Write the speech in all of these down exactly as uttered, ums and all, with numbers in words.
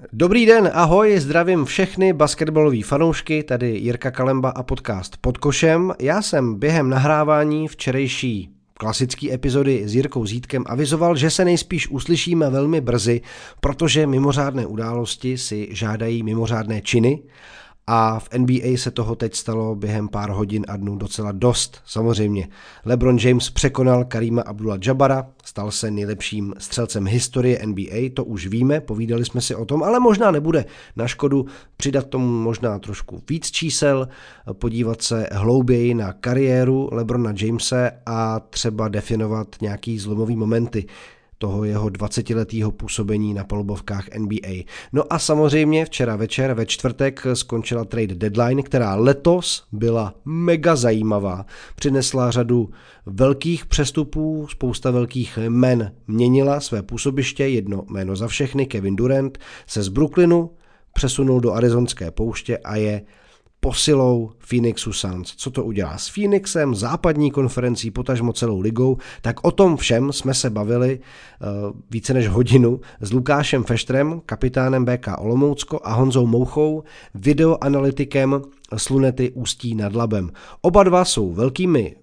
Dobrý den, ahoj, zdravím všechny basketbalový fanoušky, tady Jirka Kalemba a podcast Pod košem. Já jsem během nahrávání včerejší klasické epizody s Jirkou Zítkem avizoval, že se nejspíš uslyšíme velmi brzy, protože mimořádné události si žádají mimořádné činy. A v N B A se toho teď stalo během pár hodin a dnů docela dost. Samozřejmě LeBron James překonal Kareema Abdul-Jabbara, stal se nejlepším střelcem historie N B A, to už víme, povídali jsme si o tom, ale možná nebude na škodu přidat tomu možná trošku víc čísel, podívat se hlouběji na kariéru LeBrona Jamese a třeba definovat nějaký zlomový momenty toho jeho dvacetiletého působení na palubovkách N B A. No a samozřejmě včera večer ve čtvrtek skončila trade deadline, která letos byla mega zajímavá. Přinesla řadu velkých přestupů, spousta velkých jmen měnila své působiště, jedno jméno za všechny, Kevin Durant se z Brooklynu přesunul do Arizonské pouště a je posilou Phoenixu Suns. Co to udělá s Phoenixem, západní konferencí, potažmo celou ligou, tak o tom všem jsme se bavili uh, více než hodinu s Lukášem Feštrem, kapitánem B K Olomoucko a Honzou Mouchou, videoanalytikem z Lunety Ústí nad Labem. Oba dva jsou velkými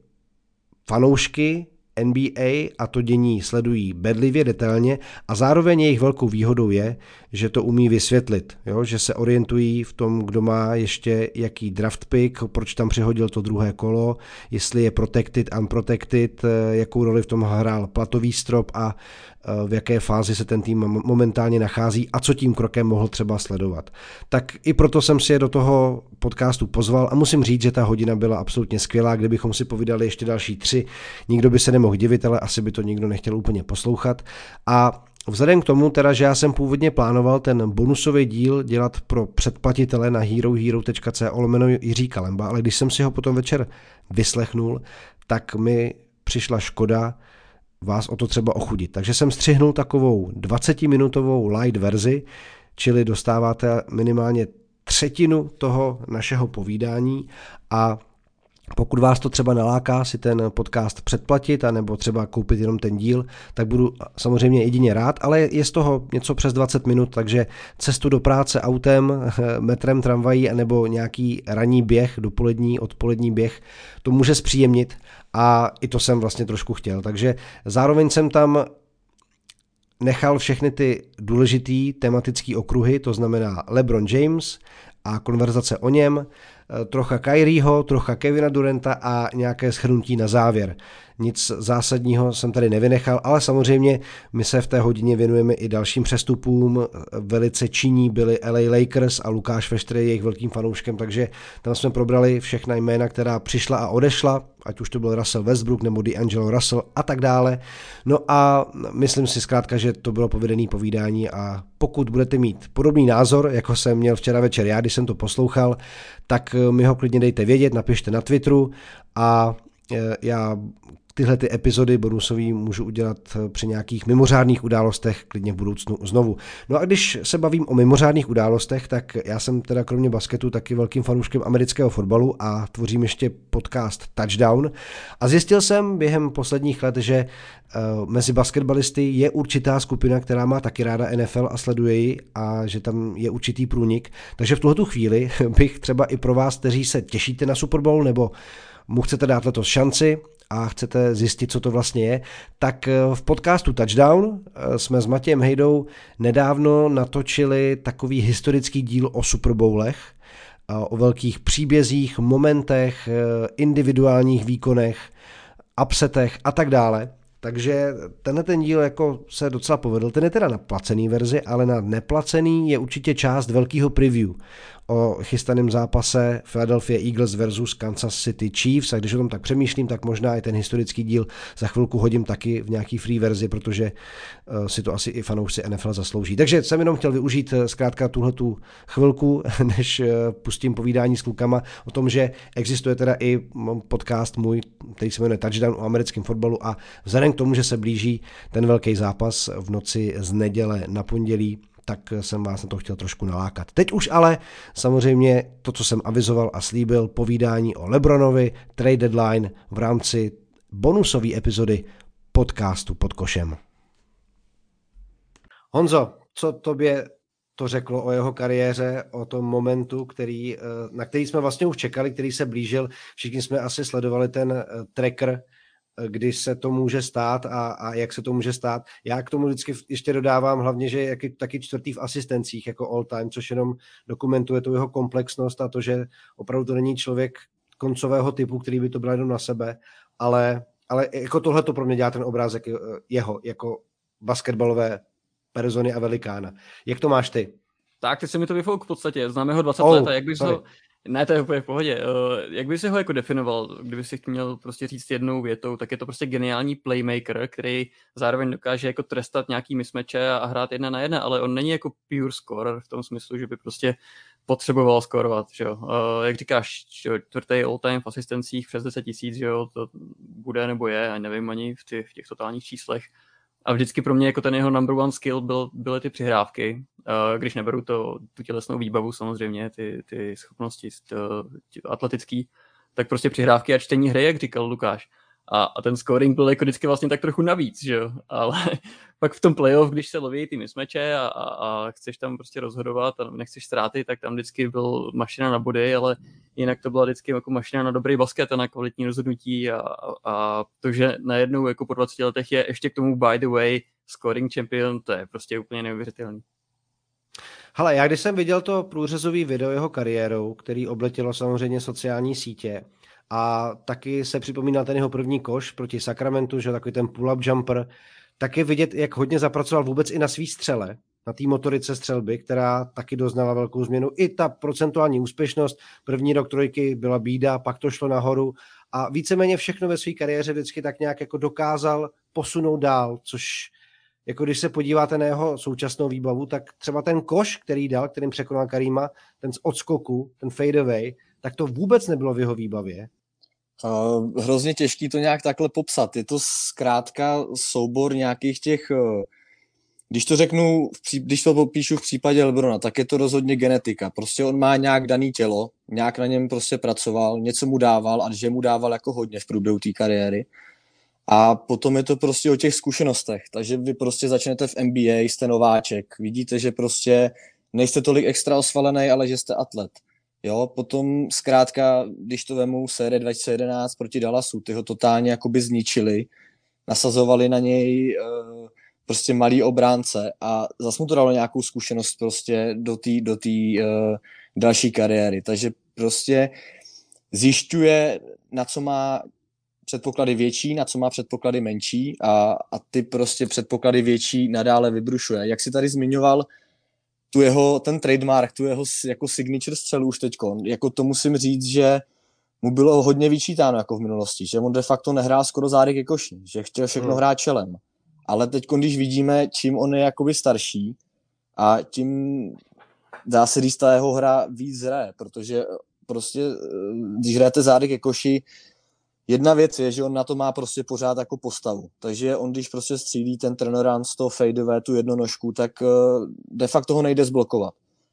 fanoušky N B A a to dění sledují bedlivě, detailně a zároveň jejich velkou výhodou je, že to umí vysvětlit, jo? Že se orientují v tom, kdo má ještě jaký draft pick, proč tam přihodil to druhé kolo, jestli je protected, unprotected, jakou roli v tom hrál platový strop a v jaké fázi se ten tým momentálně nachází a co tím krokem mohl třeba sledovat. Tak i proto jsem si je do toho podcastu pozval a musím říct, že ta hodina byla absolutně skvělá, kdybychom si povídali ještě další tři, nikdo by se nemohl divit, ale asi by to nikdo nechtěl úplně poslouchat. A vzhledem k tomu teda, že já jsem původně plánoval ten bonusový díl dělat pro předplatitele na herohero tečka co lomeno Jiří Kalemba, ale když jsem si ho potom večer vyslechnul, tak mi přišla škoda vás o to třeba ochudit. Takže jsem střihnul takovou dvacetiminutovou light verzi, čili dostáváte minimálně třetinu toho našeho povídání a pokud vás to třeba naláká si ten podcast předplatit anebo třeba koupit jenom ten díl, tak budu samozřejmě jedině rád, ale je z toho něco přes dvacet minut, takže cestu do práce autem, metrem, tramvají anebo nějaký ranní běh, dopolední, odpolední běh, to může zpříjemnit a i to jsem vlastně trošku chtěl. Takže zároveň jsem tam nechal všechny ty důležitý tematický okruhy, to znamená LeBron James a konverzace o něm, trocha Kyrieho, trocha Kevina Duranta a nějaké shrnutí na závěr. Nic zásadního jsem tady nevynechal, ale samozřejmě my se v té hodině věnujeme i dalším přestupům. Velice činní byli L A Lakers a Lukáš Feštr je jejich velkým fanouškem, takže tam jsme probrali všechna jména, která přišla a odešla, ať už to byl Russell Westbrook nebo D'Angelo Russell a tak dále. No a myslím si zkrátka, že to bylo povedené povídání a pokud budete mít podobný názor, jako jsem měl včera večer já, když jsem to poslouchal, tak mi ho klidně dejte vědět, napište na Twitteru a já tyhle ty epizody bonusový můžu udělat při nějakých mimořádných událostech klidně v budoucnu znovu. No a když se bavím o mimořádných událostech, tak já jsem teda kromě basketu taky velkým fanouškem amerického fotbalu a tvořím ještě podcast Touchdown a zjistil jsem během posledních let, že uh, mezi basketbalisty je určitá skupina, která má taky ráda N F L a sleduje ji a že tam je určitý průnik. Takže v tuhletu chvíli bych třeba i pro vás, kteří se těšíte na Super Bowl nebo mu chcete dát letos šanci a chcete zjistit, co to vlastně je, tak v podcastu Touchdown jsme s Matějem Hejdou nedávno natočili takový historický díl o Super Bowlech, o velkých příbězích, momentech, individuálních výkonech, upsetech a tak dále. Takže tenhle ten díl jako se docela povedl. Ten je teda na placený verzi, ale na neplacený je určitě část velkého preview o chystaném zápase Philadelphia Eagles versus Kansas City Chiefs a když o tom tak přemýšlím, tak možná i ten historický díl za chvilku hodím taky v nějaký free verzi, protože uh, si to asi i fanoušci N F L zaslouží. Takže jsem jenom chtěl využít zkrátka tuhletu chvilku, než uh, pustím povídání s klukama o tom, že existuje teda i podcast můj, který se jmenuje Touchdown o americkém fotbalu a vzhledem k tomu, že se blíží ten velký zápas v noci z neděle na pondělí, tak jsem vás na to chtěl trošku nalákat. Teď už ale samozřejmě to, co jsem avizoval a slíbil, povídání o LeBronovi, trade deadline v rámci bonusové epizody podcastu Pod košem. Honzo, co tobě to řeklo o jeho kariéře, o tom momentu, který, na který jsme vlastně už čekali, který se blížil. Všichni jsme asi sledovali ten tracker, kdy se to může stát a, a jak se to může stát. Já k tomu vždycky ještě dodávám hlavně, že je taky čtvrtý v asistencích jako all time, což jenom dokumentuje tu jeho komplexnost a to, že opravdu to není člověk koncového typu, který by to byl jenom na sebe, ale, ale jako tohle to pro mě dělá ten obrázek jeho, jako basketbalové persony a velikána. Jak to máš ty? Tak, ty se mi to vyfouk v podstatě, známe ho dvacet oh, let a jak bys sorry. ho... Ne, to je úplně v pohodě. Uh, jak bys ho jako definoval, kdyby si měl prostě říct jednou větou, tak je to prostě geniální playmaker, který zároveň dokáže jako trestat nějaký mismatche a hrát jedna na jedna, ale on není jako pure scorer v tom smyslu, že by prostě potřeboval skorovat, že jo. Uh, jak říkáš, čtvrtý all time v asistencích přes deset tisíc, že jo, to bude nebo je, a nevím ani v těch, v těch totálních číslech. A vždycky pro mě jako ten jeho number one skill byl, byly ty přihrávky, uh, když neberu to, tu tělesnou výbavu samozřejmě, ty, ty schopnosti to, to atletický, tak prostě přihrávky a čtení hry, jak říkal Lukáš. A, a ten scoring byl jako vždycky vlastně tak trochu navíc, že jo, ale pak v tom playoff, když se loví ty mismatche a, a, a chceš tam prostě rozhodovat a nechceš ztráty, tak tam vždycky byl mašina na body, ale jinak to byla vždycky jako mašina na dobrý basket a na kvalitní rozhodnutí a, a, a to, že najednou jako po dvaceti letech je ještě k tomu by the way scoring champion, to je prostě úplně neuvěřitelný. Hele, já když jsem viděl to průřezový video jeho kariérou, který obletělo samozřejmě sociální sítě, a taky se připomínal ten jeho první koš proti Sacramentu, že takový ten pull-up jumper, tak je vidět, jak hodně zapracoval vůbec i na svý střele, na té motorice střelby, která taky doznala velkou změnu. I ta procentuální úspěšnost, první rok trojky byla bída, pak to šlo nahoru a víceméně všechno ve své kariéře vždycky tak nějak jako dokázal posunout dál, což jako když se podíváte na jeho současnou výbavu, tak třeba ten koš, který dal, kterým překonal Karima, ten z odskoku, ten fadeaway, tak to vůbec nebylo v jeho výbavě. Uh, hrozně těžký to nějak takhle popsat. Je to zkrátka soubor nějakých těch, uh, když to řeknu, když to popíšu v případě LeBrona, tak je to rozhodně genetika. Prostě on má nějak daný tělo, nějak na něm prostě pracoval, něco mu dával a že mu dával jako hodně v průběhu té kariéry. A potom je to prostě o těch zkušenostech. Takže vy prostě začnete v N B A, jste nováček, vidíte, že prostě nejste tolik extra osvalený, ale že jste atlet. Jo, potom zkrátka, když to vemu série dva tisíce jedenáct proti Dallasu, ty ho totálně jakoby zničili, nasazovali na něj uh, prostě malý obránce a zase mu to dalo nějakou zkušenost prostě do té do té uh, další kariéry. Takže prostě zjišťuje, na co má předpoklady větší, na co má předpoklady menší a, a ty prostě předpoklady větší nadále vybrušuje. Jak si tady zmiňoval, tu jeho, ten trademark, tu jeho jako signature střelu už teďko, jako to musím říct, že mu bylo hodně vyčítáno jako v minulosti, že on de facto nehrál skoro zády ke koši, že chtěl všechno hmm. hrát čelem. Ale teď, když vidíme, čím on je jakoby starší a tím dá se říct, ta jeho hra víc hraje, protože prostě, když hrajete zády ke koši, jedna věc je, že on na to má prostě pořád jako postavu. Takže on, když prostě střílí ten turnaround z toho fadeaway, tu jednonožku, tak de facto ho nejde zblokovat.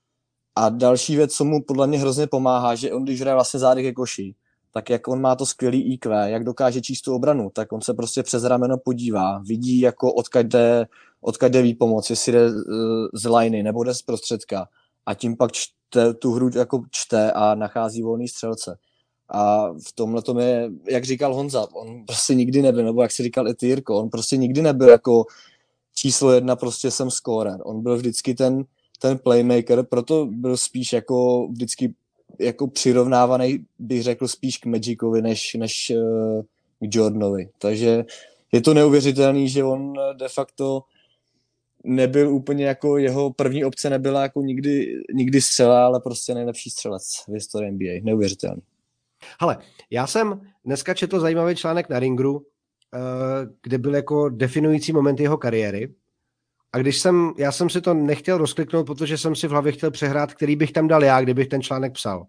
A další věc, co mu podle mě hrozně pomáhá, že on, když hraje vlastně zády ke koši, tak jak on má to skvělý í kvé, jak dokáže číst tu obranu, tak on se prostě přes rameno podívá, vidí, jako odkud jde, odkud jde výpomoc, jestli jde z liney nebo jde z prostředka. A tím pak čte, tu hru jako čte a nachází volný střelce. A v tomhle tom je, jak říkal Honza, on prostě nikdy nebyl, nebo jak si říkal i ty, Jirko, on prostě nikdy nebyl jako číslo jedna, prostě jsem scorer. On byl vždycky ten, ten playmaker, proto byl spíš jako vždycky jako přirovnávaný, bych řekl, spíš k Magicovi, než, než uh, k Jordanovi. Takže je to neuvěřitelný, že on de facto nebyl úplně jako, jeho první opce nebyla jako nikdy, nikdy střela, ale prostě nejlepší střelec v historii N B A. Neuvěřitelný. Hele, já jsem dneska četl zajímavý článek na Ringru, kde byl jako definující moment jeho kariéry. A když jsem, já jsem si to nechtěl rozkliknout, protože jsem si v hlavě chtěl přehrát, který bych tam dal já, kdybych ten článek psal.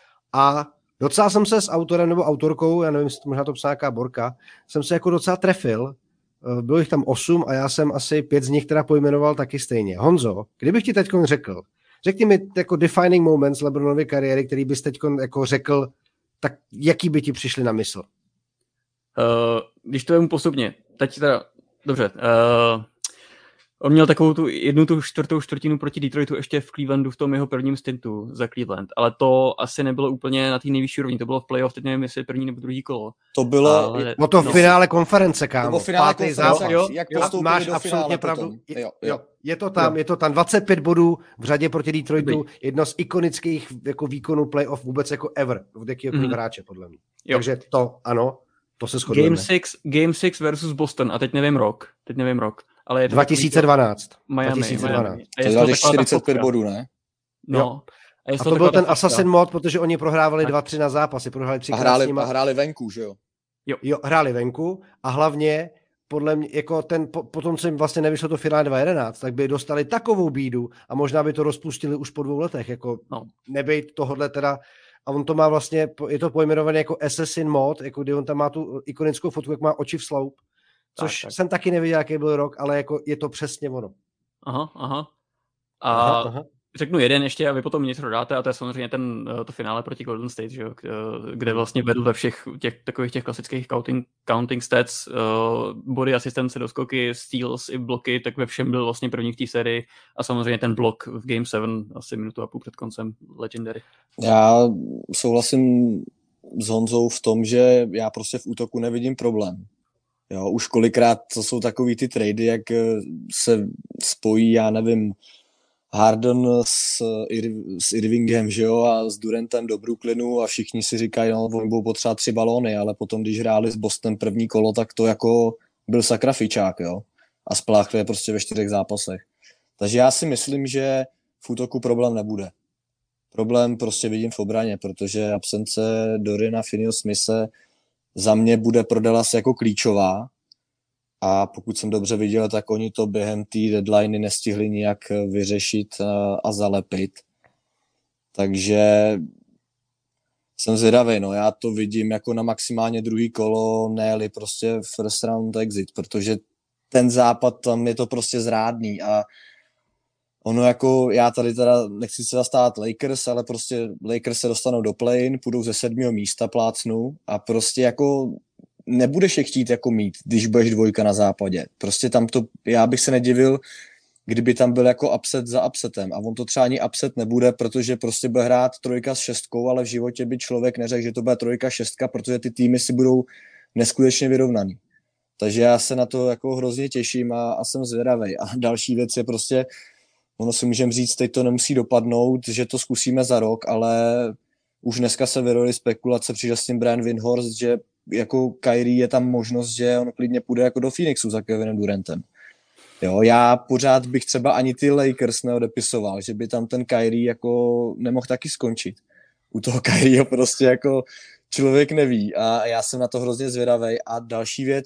A docela jsem se s autorem nebo autorkou, já nevím, jestli možná to psala nějaká Borka, jsem se jako docela trefil. Bylo jich tam osm a já jsem asi pět z nich teda pojmenoval taky stejně. Honzo, kdybych ti teď řekl, řekni mi jako defining moments LeBronovy kariéry, který bys teď jako řekl, tak jaký by ti přišli na mysl? Uh, když to vemu postupně, teď teda, dobře, uh, On měl takovou tu jednu tu čtvrtou čtvrtinu proti Detroitu ještě v Clevelandu v tom jeho prvním stintu za Cleveland, ale to asi nebylo úplně na té nejvyšší úrovni, to bylo v playoff, teď nevím, jestli první nebo druhý kolo. To bylo... Ale... No to v no. finále konference, kámo. To bylo v finále Pátý konference, zápas. jo, jak postoupili Máš do absolutně finále pravdu. potom. Je, Jo, jo. jo. je to tam, jo. je to tam dvacet pět bodů v řadě proti Detroitu, jedno z ikonických jako výkonů playoff vůbec jako ever, od jakýhokoliv mm. hráče, podle mě. Jo. Takže to, ano, to se shodujeme. Game six, Game six versus Boston, a teď nevím rok, teď nevím rok, ale je to dva tisíce dvanáct. Miami, dva tisíce dvanáct. Miami. To dali čtyřicet pět bodů, ne? No. A, a to byl ten Assassin mod, protože oni prohrávali dva tři na zápasy, prohráli tři a hráli, a hráli venku, že jo? Jo. Jo, hráli venku a hlavně podle mě, jako ten, po, potom, co jim vlastně nevyšlo to finále dva jedenáct, tak by dostali takovou bídu a možná by to rozpustili už po dvou letech, jako no. nebejt tohodle teda, a on to má vlastně, je to pojmenované jako Assassin mod, jako kdy on tam má tu ikonickou fotku, jak má oči v sloup, což tak, tak. jsem taky nevěděl, jaký byl rok, ale jako je to přesně ono. Aha, aha. A aha, aha. řeknu jeden ještě a vy potom něco dodáte, a to je samozřejmě ten, to finále proti Golden State, že jo, kde vlastně vedl ve všech těch takových těch klasických counting, counting stats, uh, body, asistence, doskoky, steals i bloky, tak ve všem byl vlastně první v té sérii a samozřejmě ten blok v Game sedm asi minutu a půl před koncem, legendary. Já souhlasím s Honzou v tom, že já prostě v útoku nevidím problém. Jo, už kolikrát to jsou takový ty trady, jak se spojí, já nevím, Harden s, s Irvingem, že jo, a s Durantem do Brooklynu a všichni si říkají, no, oni budou potřebovat tři balóny, ale potom, když hráli s Bostonem první kolo, tak to jako byl sakra fičák, jo, a spláchli je prostě ve čtyřech zápasech. Takže já si myslím, že v útoku problém nebude. Problém prostě vidím v obraně, protože absence Dorina Finney-Smithe za mě bude pro Dallas jako klíčová. A pokud jsem dobře viděl, tak oni to během té deadliny nestihli nijak vyřešit a, a zalepit. Takže jsem zvědavý, no, já to vidím jako na maximálně druhý kolo, ne-li prostě first round exit, protože ten západ tam je to prostě zrádný a ono jako, já tady teda nechci se zastávat Lakers, ale prostě Lakers se dostanou do play-in, půjdou ze sedmého místa, plácnu a prostě jako nebudeš je chtít jako mít, když budeš dvojka na západě. Prostě tam to, já bych se nedivil, kdyby tam byl jako upset za upsetem a on to třeba ani upset nebude, protože prostě bude hrát trojka s šestkou, ale v životě by člověk neřekl, že to bude trojka šestka, protože ty týmy si budou neskutečně vyrovnaný. Takže já se na to jako hrozně těším a, a jsem zvědavej. A další věc je prostě, ono si můžeme říct, teď to nemusí dopadnout, že to zkusíme za rok, ale už dneska se vyrojily spekulace, přišel s tím Brian Windhorst, že jako Kyrie je tam možnost, že on klidně půjde jako do Phoenixu za Kevinem Durantem. Jo, já pořád bych třeba ani ty Lakers neodepisoval, že by tam ten Kyrie jako nemohl taky skončit. U toho Kyrieho prostě jako člověk neví a já jsem na to hrozně zvědavej. A další věc,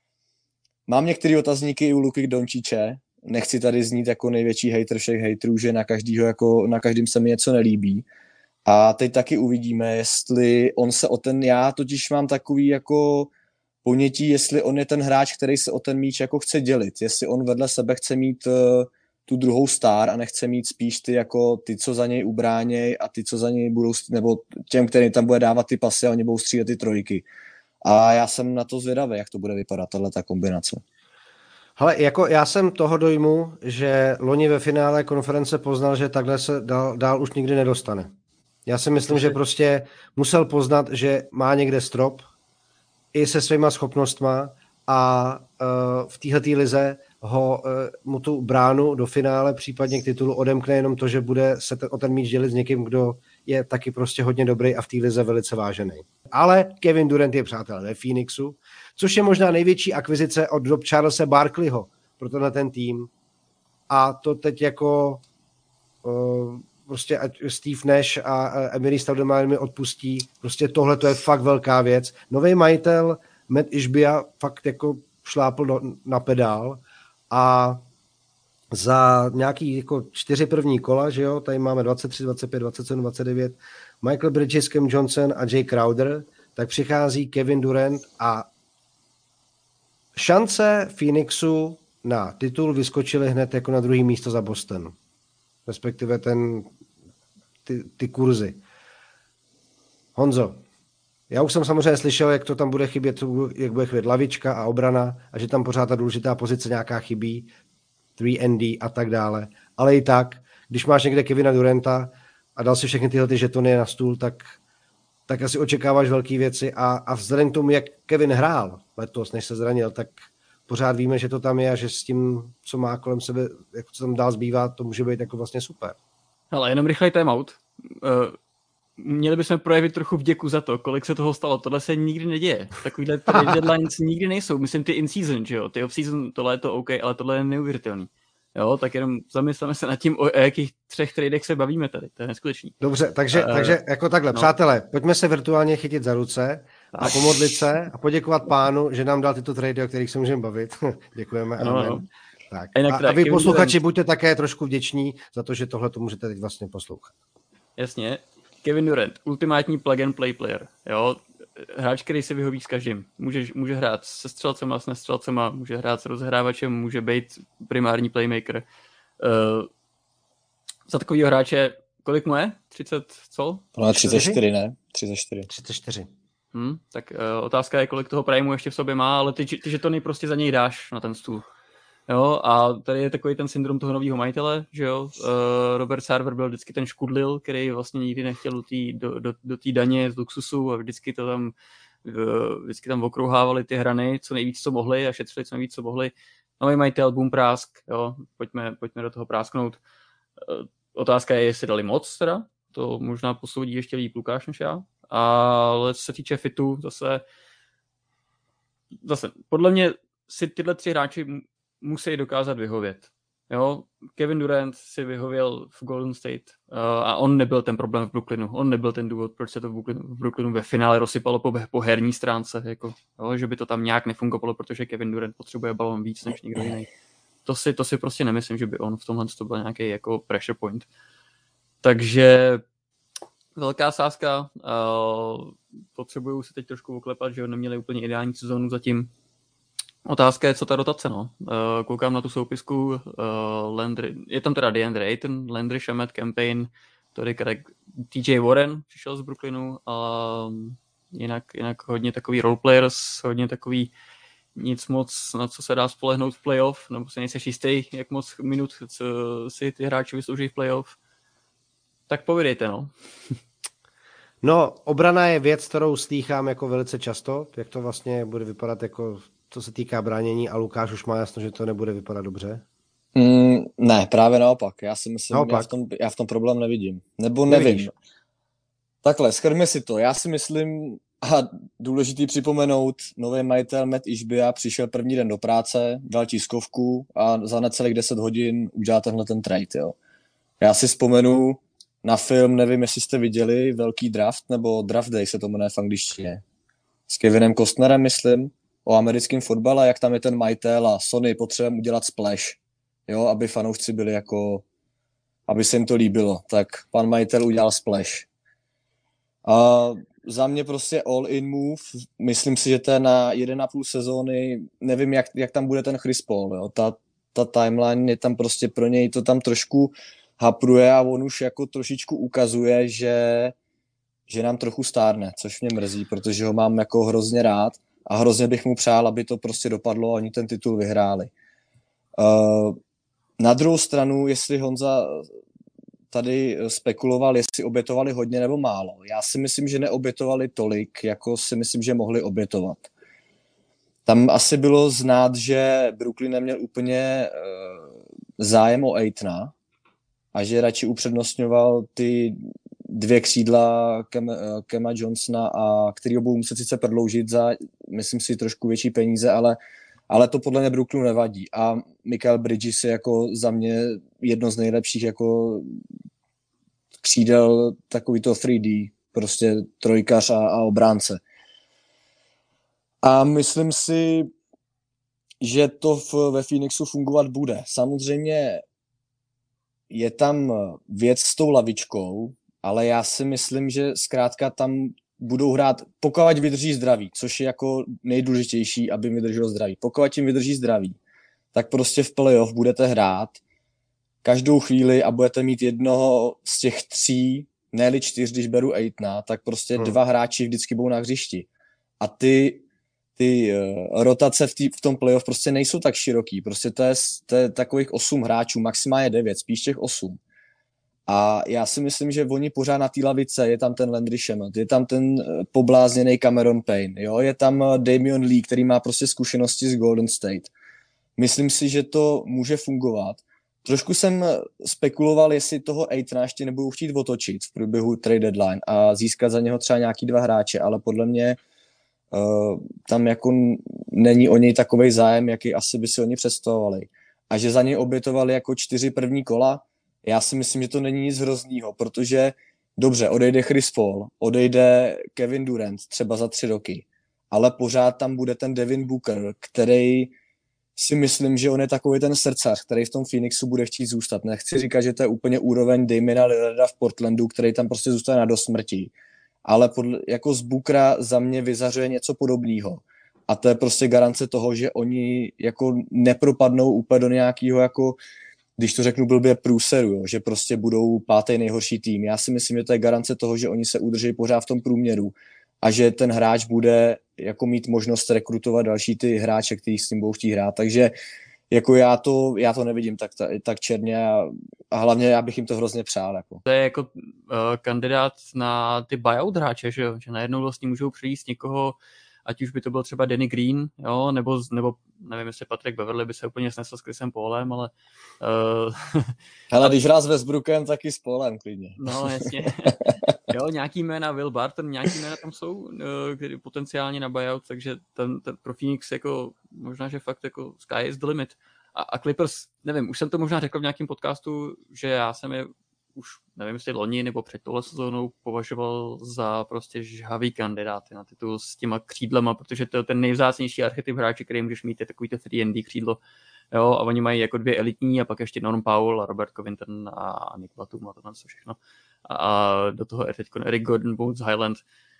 mám některé otazníky i u Luky Dončiče, nechci tady znít jako největší hater všech haterů, že na každýho jako, na každým se mi něco nelíbí. A teď taky uvidíme, jestli on se o ten, já totiž mám takový jako ponětí, jestli on je ten hráč, který se o ten míč jako chce dělit, jestli on vedle sebe chce mít uh, tu druhou star a nechce mít spíš ty jako ty, co za něj ubráněj a ty, co za něj budou, nebo těm, který tam bude dávat ty pasy a oni budou střílet ty trojky. A já jsem na to zvědavý, jak to bude vypadat, tato kombinace. Hele, jako já jsem toho dojmu, že loni ve finále konference poznal, že takhle se dál, dál už nikdy nedostane. Já si myslím, že prostě musel poznat, že má někde strop i se svýma schopnostma a uh, v téhletý lize ho, uh, mu tu bránu do finále, případně k titulu odemkne jenom to, že bude se ten, o ten míč dělit s někým, kdo je taky prostě hodně dobrý a v té lize velice vážený. Ale Kevin Durant je přátel ve Phoenixu, což je možná největší akvizice od dob Charlesa Barkleyho pro tenhle ten tým. A to teď jako uh, prostě ať Steve Nash a Emery Stoudemire mi odpustí, prostě tohle to je fakt velká věc. Nový majitel Matt Ishbia fakt jako šlápl do, na pedál a za nějaký jako čtyři první kola, že jo, tady máme dvacet tři, dvacet pět, dvacet sedm, dvacet devět, Michael Bridges, Cam Johnson a Jay Crowder, tak přichází Kevin Durant a šance Phoenixu na titul vyskočily hned jako na druhý místo za Boston. Respektive ten, ty, ty kurzy. Honzo, já už jsem samozřejmě slyšel, jak to tam bude chybět, jak bude chybět lavička a obrana a že tam pořád ta důležitá pozice nějaká chybí. tři N D a tak dále. Ale i tak, když máš někde Kevina Duranta a dal si všechny tyhle ty žetony na stůl, tak, tak asi očekáváš velké věci a, a vzhledem k tomu, jak Kevin hrál letos, než se zranil, tak pořád víme, že to tam je a že s tím, co má kolem sebe, jak co tam dál zbývá, to může být jako vlastně super. Ale jenom rychlej timeout. Uh, měli bychom projevit trochu vděku za to, kolik se toho stalo. Tohle se nikdy neděje. Takovýhle trade deadlines nikdy nejsou. Myslím ty in-season, že jo? Ty off-season, tohle je to OK, ale tohle je neuvěřitelný. Jo, tak jenom zamysleme se nad tím, o jakých třech tradech se bavíme tady. To je neskutečný. Dobře, takže, uh, takže jako takhle, no. Přátelé, pojďme se virtuálně chytit za ruce tak. a pomodlit se a poděkovat pánu, že nám dal tyto trady, o kterých se můžeme bavit. Děkujeme. No, amen. no. Tak. A, a vy posluchači buďte také trošku vděční za to, že tohle to můžete teď vlastně poslouchat. Jasně. Kevin Durant, ultimátní plug and play player. Jo? Hráč, který se vyhoví s každým. Může, může hrát se střelcema, s nestřelcema, může hrát s rozhrávačem, může být primární playmaker. Uh, za takovýho hráče, kolik mu je? třicet, co? No, třicet čtyři, ne? třicet čtyři. třicet čtyři. Hmm, tak uh, otázka je, kolik toho primeu ještě v sobě má, ale ty, ty žetony prostě za něj dáš na ten stůl. Jo, a tady je takový ten syndrom toho nového majitele, že jo, uh, Robert Sarver byl vždycky ten škudlil, který vlastně nikdy nechtěl do té do, do, do daně z luxusu a vždycky to tam uh, vždycky tam okrouhávali ty hrany, co nejvíc, co mohli a šetřili co nejvíc, co mohli. Nový majitel, boom, prásk, jo, pojďme, pojďme do toho prásknout. Uh, otázka je, jestli dali moc teda, to možná posoudí ještě líp Lukáš než já, ale co se týče fitu, zase zase, podle mě si tyhle tři hráči musí dokázat vyhovět. Jo? Kevin Durant si vyhověl v Golden State uh, a on nebyl ten problém v Brooklynu. On nebyl ten důvod, proč se to v Brooklynu, v Brooklynu ve finále rozsypalo po, po herní stránce. Jako, jo? Že by to tam nějak nefungovalo, protože Kevin Durant potřebuje balon víc než někdo jiný. To si, to si prostě nemyslím, že by on v tomhle to byl nějaký jako pressure point. Takže velká sázka. Uh, potřebuju si teď trošku oklepat, že neměli úplně ideální sezónu zatím. Otázka je, co ta rotace, no. Uh, koukám na tu soupisku, uh, Landry, je tam teda DeAndre Ayton, Landry Shamet, Campaign, Torrey Craig, T J Warren přišel z Brooklynu a jinak, jinak hodně takový roleplayers, hodně takový nic moc, na co se dá spolehnout v playoff, nebo se nejseš jistý, jak moc minut si ty hráči vyslouží v playoff. Tak povídejte, no. No, obrana je věc, kterou slýchám jako velice často, jak to vlastně bude vypadat jako co se týká bránění a Lukáš už má jasno, že to nebude vypadat dobře? Mm, ne, právě naopak. Já si myslím, naopak. Já, v tom, já v tom problém nevidím. Nebo nevím. Nevidíš. Takhle, shrňme si to. Já si myslím, a důležitý připomenout, nový majitel Matt Ishbia přišel první den do práce, dal tiskovku a za necelých deset hodin udělal tenhle ten trade. Jo. Já si vzpomenu na film, nevím, jestli jste viděli, Velký draft, nebo Draft Day se to jmenuje v angličtině. S Kevinem Costnerem, myslím, o americkém fotbale, jak tam je ten majitel a Sony potřebujeme udělat splash, jo, aby fanoušci byli jako, aby se jim to líbilo. Tak pan majitel udělal splash. A za mě prostě all-in move, myslím si, že to je na jeden a půl sezóny, nevím, jak, jak tam bude ten Chris Paul, jo. Ta, ta timeline je tam prostě pro něj, to tam trošku hapruje a on už jako trošičku ukazuje, že, že nám trochu stárne, což mě mrzí, protože ho mám jako hrozně rád. A hrozně bych mu přál, aby to prostě dopadlo a oni ten titul vyhráli. Uh, na druhou stranu, jestli Honza tady spekuloval, jestli obětovali hodně nebo málo. Já si myslím, že neobětovali tolik, jako si myslím, že mohli obětovat. Tam asi bylo znát, že Brooklyn neměl úplně uh, zájem o Aytona a že radši upřednostňoval ty dvě křídla Kema, Kema Johnsona, a který budou muset sice prodloužit za, myslím si, trošku větší peníze, ale, ale to podle mě Brooklynu nevadí. A Mikal Bridges je jako za mě jedno z nejlepších jako křídel takovýto tři dé, prostě trojkař a, a obránce. A myslím si, že to v, ve Phoenixu fungovat bude. Samozřejmě je tam věc s tou lavičkou, ale já si myslím, že zkrátka tam budou hrát, pokud vydrží zdraví, což je jako nejdůležitější, aby vydrželo zdraví. Pokud jim vydrží zdraví, tak prostě v playoff budete hrát každou chvíli a budete mít jednoho z těch tří, ne-li čtyř, když beru Aytona, tak prostě hmm. dva hráči vždycky budou na hřišti. A ty, ty uh, rotace v, tý, v tom playoff prostě nejsou tak široký. Prostě to je, to je takových osm hráčů, maximálně devět, spíš těch osm. A já si myslím, že oni pořád na té lavice, je tam ten Landry Shamet, je tam ten poblázněný Cameron Payne, jo? Je tam Damian Lee, který má prostě zkušenosti z Golden State. Myslím si, že to může fungovat. Trošku jsem spekuloval, jestli toho Aitona ještě nebudou chtít otočit v průběhu trade deadline a získat za něho třeba nějaký dva hráče, ale podle mě uh, tam jako není o něj takovej zájem, jaký asi by si oni představovali. A že za něj obětovali jako čtyři první kola, já si myslím, že to není nic hroznýho, protože dobře, odejde Chris Paul, odejde Kevin Durant třeba za tři roky, ale pořád tam bude ten Devin Booker, který si myslím, že on je takový ten srdcař, který v tom Phoenixu bude chtít zůstat. Nechci říkat, že to je úplně úroveň Damiana Lillarda v Portlandu, který tam prostě zůstane na dosmrti, ale podle, jako z Bookera za mě vyzařuje něco podobného. A to je prostě garance toho, že oni jako nepropadnou úplně do nějakého jako, když to řeknu blbě, průseru, jo, že prostě budou pátý nejhorší tým. Já si myslím, že to je garance toho, že oni se udrží pořád v tom průměru a že ten hráč bude jako mít možnost rekrutovat další ty hráče, kteří s tím budou chtít hrát. Takže jako já to, já to nevidím tak, tak černě a, a hlavně já bych jim to hrozně přál. Jako. To je jako uh, kandidát na ty buyout hráče, že, jo? Že najednou vlastně můžou přijít někoho, ať už by to byl třeba Danny Green, jo, nebo, nebo nevím, jestli Patrick Beverley by se úplně snesl s Chrisem Paulem, ale... Uh, Hele, když hrál s Westbrookem, taky s Paulem klidně. No, jasně. Jo, nějaký jména, Will Barton, nějaký jména tam jsou, uh, který potenciálně na buyout, takže ten, ten pro Phoenix jako, možná, že fakt jako sky is the limit. A, a Clippers, nevím, už jsem to možná řekl v nějakém podcastu, že já jsem je už, nevím, jestli loni nebo před tohle sezónou považoval za prostě žhavý kandidáty na titul s těma křídlema, protože to je ten nejvzácnější archetyp hráče, který můžeš mít, je takový to tři and D křídlo. Jo, a oni mají jako dvě elitní a pak ještě Norm Powell a Robert Covington a Nick Batum a to tam všechno. A, a do toho je teď Eric Gordon, Bones Highland.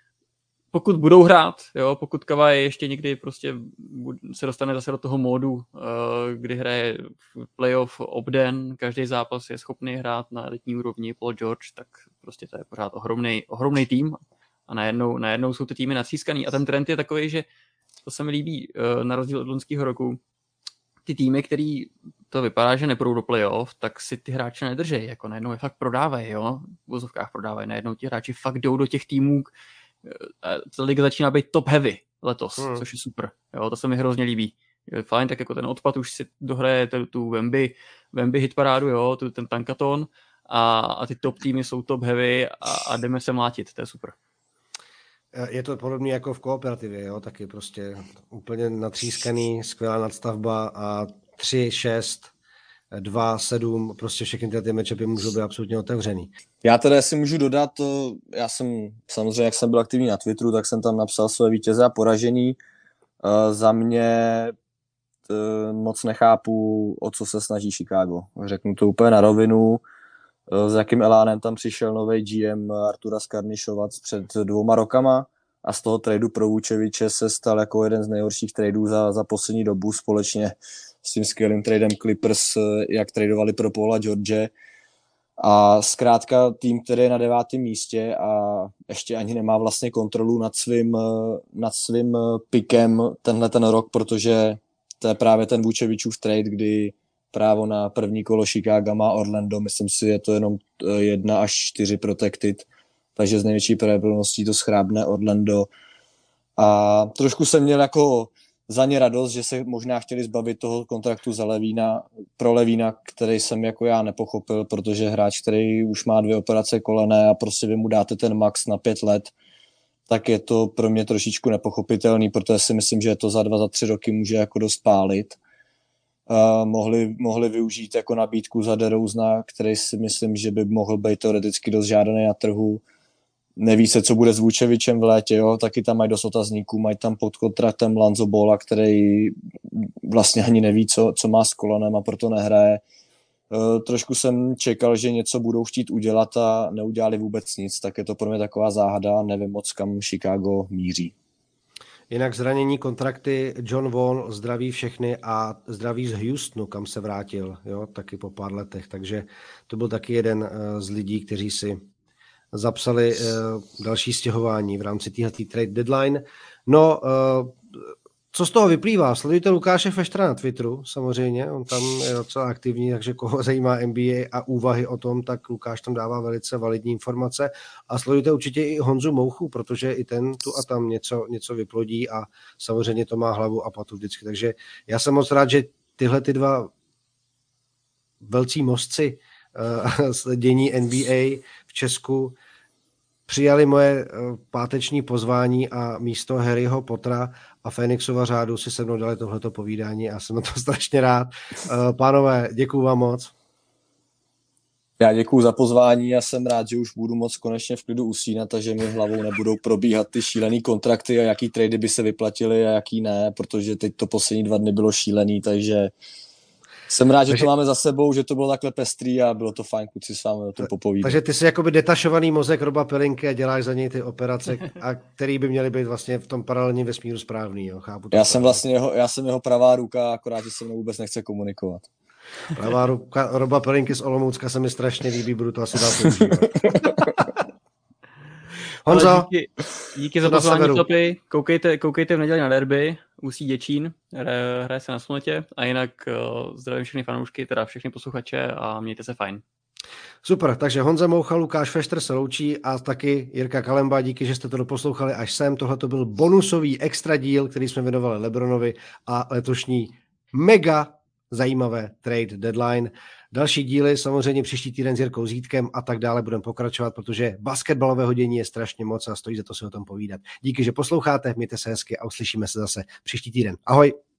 Pokud budou hrát, jo, pokud Kawhi ještě někdy prostě se dostane zase do toho módu, kdy hraje playoff obden, každý zápas je schopný hrát na elitní úrovni, Paul George, tak prostě to je pořád ohromnej, ohromnej tým a najednou, najednou jsou ty týmy natřískaný a ten trend je takový, že to se mi líbí, na rozdíl od loňského roku, ty týmy, který to vypadá, že nepůjdou do playoff, tak si ty hráče nedrží, jako najednou je fakt prodávají, jo, v vozovkách prodávají, najednou ti hráči fakt jdou do těch týmů, ta liga začíná být top heavy letos, hmm. což je super, jo, to se mi hrozně líbí. Je fajn, tak jako ten odpad už si dohraje tu, tu Wemby, Wemby hitparádu, jo, tu, ten tankaton a, a ty top týmy jsou top heavy a, a jdeme se mlátit, to je super. Je to podobné jako v kooperativě, jo, taky prostě úplně natřískaný, skvělá nadstavba a tři, šest, dva, sedm, prostě všechny ty, ty matchupy můžou být absolutně otevřený. Já teda si můžu dodat, to, já jsem samozřejmě, jak jsem byl aktivní na Twitteru, tak jsem tam napsal své vítěze a poražení. Uh, za mě t, moc nechápu, o co se snaží Chicago. Řeknu to úplně na rovinu. Uh, s jakým elánem tam přišel nový G M Artura Skarnišovac před dvouma rokama a z toho tradu pro Vučeviče se stal jako jeden z nejhorších tradů za, za poslední dobu společně s tím skvělým tradem Clippers, jak tradovali pro Paula George. A zkrátka tým, který je na devátém místě a ještě ani nemá vlastně kontrolu nad svým, nad svým pikem tenhle ten rok, protože to je právě ten Vučevičův trade, kdy právo na první kolo Chicago má Orlando, myslím si, je to jenom jedna až čtyři protected, takže z největší pravděpodobností to schrábne Orlando. A trošku jsem měl jako za ně radost, že se možná chtěli zbavit toho kontraktu za Levína, pro Levína, který jsem jako já nepochopil, protože hráč, který už má dvě operace kolene a prostě vy mu dáte ten max na pět let, tak je to pro mě trošičku nepochopitelný, protože si myslím, že to za dva, za tři roky může jako dost pálit. Uh, mohli, mohli využít jako nabídku za DeRozana, který si myslím, že by mohl být teoreticky dost žádaný na trhu. Neví se, co bude s Vučevičem v létě, jo? Taky tam mají dost otazníků, mají tam pod kontraktem Lonzo Balla, který vlastně ani neví, co, co má s kolenem a proto nehraje. Uh, trošku jsem čekal, že něco budou chtít udělat a neudělali vůbec nic, tak je to pro mě taková záhada, nevím moc, kam Chicago míří. Jinak zranění, kontrakty, John Wall zdraví všechny a zdraví z Houstonu, kam se vrátil, jo, taky po pár letech, takže to byl taky jeden z lidí, kteří si zapsali další stěhování v rámci téhletý trade deadline. No, Co z toho vyplývá? Sledujte Lukáše Feštera na Twitteru, samozřejmě, on tam je docela aktivní, takže koho zajímá N B A a úvahy o tom, tak Lukáš tam dává velice validní informace. A sledujte určitě i Honzu Mouchu, protože i ten tu a tam něco, něco vyplodí a samozřejmě to má hlavu a patu vždycky. Takže já jsem moc rád, že tyhle ty dva velcí mozci uh, dění N B A v Česku přijali moje páteční pozvání a místo Harryho Pottera a Fénixova řádu si se mnou dali tohleto povídání a jsem na to strašně rád. Pánové, děkuju vám moc. Já děkuju za pozvání a jsem rád, že už budu moc konečně v klidu usínat a že mi hlavou nebudou probíhat ty šílený kontrakty a jaký trady by se vyplatily a jaký ne, protože teď to poslední dva dny bylo šílený, takže jsem rád, že takže, to máme za sebou, že to bylo takhle pestrý a bylo to fajn kluci s vámi o tom popovídat. Takže ty jsi jakoby detašovaný mozek Roba Pelinky a děláš za něj ty operace, a který by měly být vlastně v tom paralelním vesmíru správný. Jo? Chápu to já jsem vlastně jeho, já jsem jeho pravá ruka, akorát, že se mnou vůbec nechce komunikovat. Pravá ruka Roba Pelinky z Olomoucka se mi strašně líbí, budu to asi dál používat. Honzo, díky, díky za pozvání topy. Koukejte, koukejte v neděli na derby, Ústí Děčín, hraje, hraje se na Slunetě a jinak uh, zdravím všechny fanoušky, teda všechny posluchače a mějte se fajn. Super, takže Honza Moucha, Lukáš Feštr se loučí a taky Jirka Kalemba, díky, že jste to doposlouchali až sem. Tohle to byl bonusový extra díl, který jsme věnovali LeBronovi a letošní mega zajímavé trade deadline. Další díly samozřejmě příští týden s Jirkou Zítkem a tak dále budeme pokračovat, protože basketbalové hodění je strašně moc a stojí za to si o tom povídat. Díky, že posloucháte, mějte se hezky a uslyšíme se zase příští týden. Ahoj!